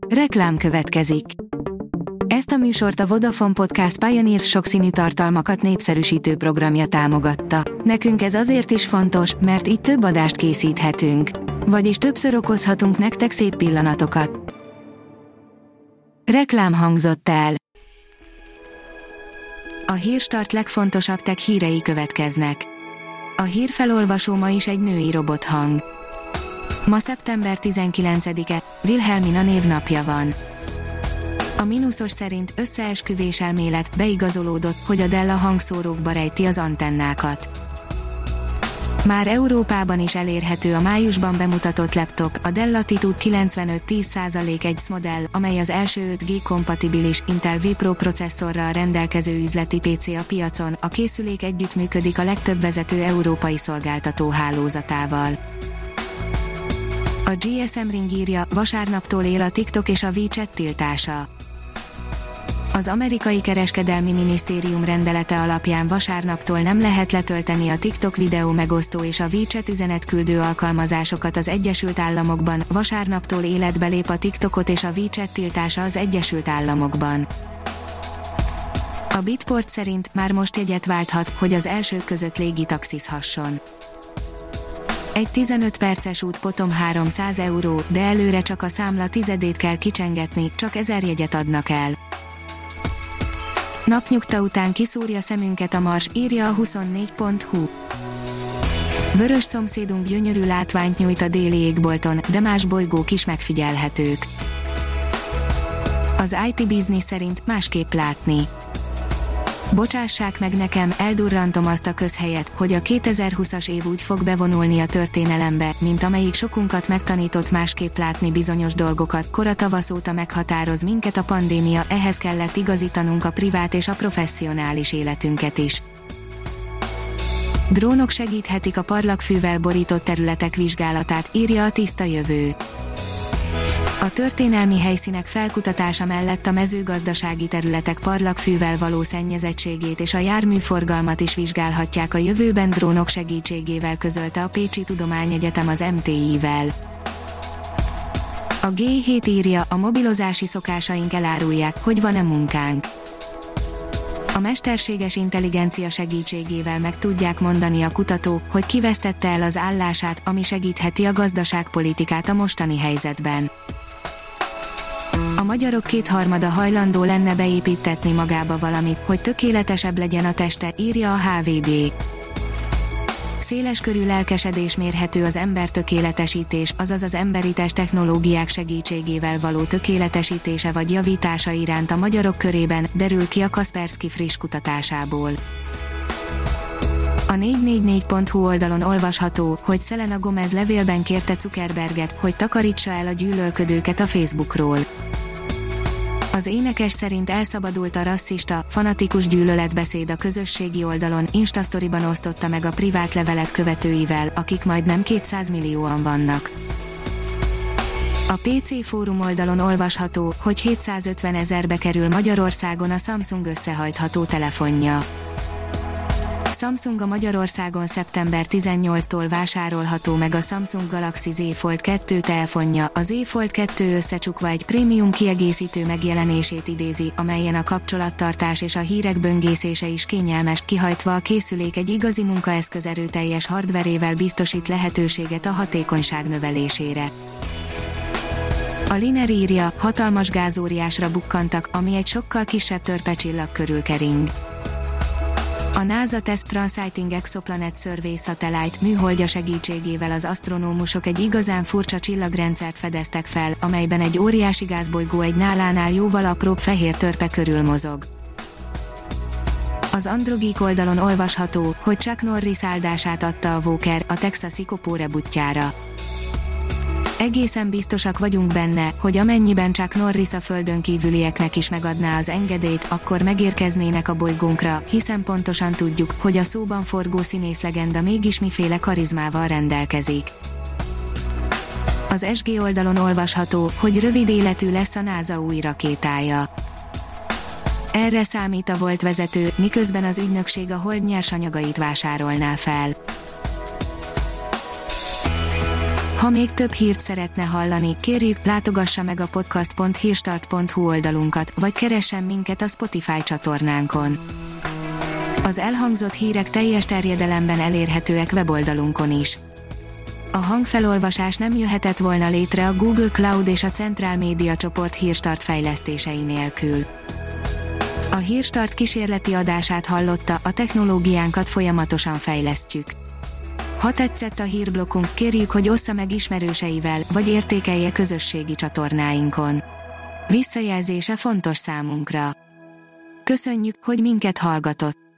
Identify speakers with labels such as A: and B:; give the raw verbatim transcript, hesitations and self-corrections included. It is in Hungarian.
A: Reklám következik. Ezt a műsort a Vodafone Podcast Pioneer sokszínű tartalmakat népszerűsítő programja támogatta. Nekünk ez azért is fontos, mert így több adást készíthetünk. Vagyis többször okozhatunk nektek szép pillanatokat. Reklám hangzott el. A Hírstart legfontosabb tech hírei következnek. A hírfelolvasó ma is egy női robothang. Ma szeptember tizenkilencedike, Wilhelmina névnapja van. A mínuszos szerint összeesküvés elmélet, beigazolódott, hogy a Dell a hangszórókba rejti az antennákat. Már Európában is elérhető a májusban bemutatott laptop, a Dell Latitude kilencvenöt tíz százalék egy modell, amely az első öt G kompatibilis Intel vPro processzorral rendelkező üzleti pé cé a piacon, a készülék együttműködik a legtöbb vezető európai szolgáltató hálózatával. A gé es em Ring írja, vasárnaptól él a TikTok és a WeChat tiltása. Az amerikai kereskedelmi minisztérium rendelete alapján vasárnaptól nem lehet letölteni a TikTok videó megosztó és a WeChat üzenetküldő alkalmazásokat az Egyesült Államokban, vasárnaptól életbe lép a TikTokot és a WeChat tiltása az Egyesült Államokban. A Bitport szerint már most jegyet válthat, hogy az elsők között légitaxizhasson. Egy tizenöt perces út potom háromszáz euró, de előre csak a számla tizedét kell kicsengetni, csak ezer jegyet adnak el. Napnyugta után kiszúrja szemünket a Mars, írja a huszonnégy pont hu. Vörös szomszédunk gyönyörű látványt nyújt a déli égbolton, de más bolygók is megfigyelhetők. Az i té Business szerint másképp látni. Bocsássák meg nekem, eldurrantom azt a közhelyet, hogy a kétezer-húszas év úgy fog bevonulni a történelembe, mint amelyik sokunkat megtanított másképp látni bizonyos dolgokat, kora tavasz óta meghatároz minket a pandémia, ehhez kellett igazítanunk a privát és a professzionális életünket is. Drónok segíthetik a parlagfűvel borított területek vizsgálatát, írja a Tiszta Jövő. A történelmi helyszínek felkutatása mellett a mezőgazdasági területek parlagfűvel való szennyezettségét és a járműforgalmat is vizsgálhatják a jövőben drónok segítségével, közölte a Pécsi Tudományegyetem az em té í-vel. A gé hét írja, a mobilozási szokásaink elárulják, hogy van-e munkánk. A mesterséges intelligencia segítségével meg tudják mondani a kutatók, hogy ki vesztette el az állását, ami segítheti a gazdaságpolitikát a mostani helyzetben. A magyarok kétharmada hajlandó lenne beépítetni magába valamit, hogy tökéletesebb legyen a teste, írja a há vé bé. Széleskörű lelkesedés mérhető az embertökéletesítés, azaz az emberi test technológiák segítségével való tökéletesítése vagy javítása iránt a magyarok körében, derül ki a Kaspersky friss kutatásából. A négy négy négy pont hu oldalon olvasható, hogy Selena Gomez levélben kérte Zuckerberget, hogy takarítsa el a gyűlölködőket a Facebookról. Az énekes szerint elszabadult a rasszista, fanatikus gyűlöletbeszéd a közösségi oldalon, Instasztoriban osztotta meg a privát levelet követőivel, akik majdnem kétszáz millióan vannak. A pé cé fórum oldalon olvasható, hogy hétszázötven ezerbe kerül Magyarországon a Samsung összehajtható telefonja. Samsung a Magyarországon szeptember tizennyolcadikától vásárolható meg a Samsung Galaxy Z Fold kettő telefonja, a Z Fold kettő összecsukva egy prémium kiegészítő megjelenését idézi, amelyen a kapcsolattartás és a hírek böngészése is kényelmes, kihajtva a készülék egy igazi munkaeszköz erőteljes hardverével biztosít lehetőséget a hatékonyság növelésére. A Liner írja, hatalmas gázóriásra bukkantak, ami egy sokkal kisebb törpecsillag körül kering. A NASA Test Transiting Exoplanet Survey Satellite műholdja segítségével az asztronómusok egy igazán furcsa csillagrendszert fedeztek fel, amelyben egy óriási gázbolygó egy nálánál jóval apróbb fehér törpe körül mozog. Az Androgeek oldalon olvasható, hogy Chuck Norris áldását adta a Walker a texasi kopóre bútjára. Egészen biztosak vagyunk benne, hogy amennyiben Chuck Norris a földön kívülieknek is megadná az engedélyt, akkor megérkeznének a bolygónkra, hiszen pontosan tudjuk, hogy a szóban forgó színészlegenda mégis miféle karizmával rendelkezik. Az es gé oldalon olvasható, hogy rövid életű lesz a NASA új rakétája. Erre számít a volt vezető, miközben az ügynökség a hold nyersanyagait vásárolná fel. Ha még több hírt szeretne hallani, kérjük, látogassa meg a podcast pont hírstart pont hu oldalunkat, vagy keressen minket a Spotify csatornánkon. Az elhangzott hírek teljes terjedelemben elérhetőek weboldalunkon is. A hangfelolvasás nem jöhetett volna létre a Google Cloud és a Centrál Média csoport Hírstart fejlesztései nélkül. A Hírstart kísérleti adását hallotta, a technológiánkat folyamatosan fejlesztjük. Ha tetszett a hírblokkunk, kérjük, hogy ossza meg ismerőseivel, vagy értékelje közösségi csatornáinkon. Visszajelzése fontos számunkra. Köszönjük, hogy minket hallgatott!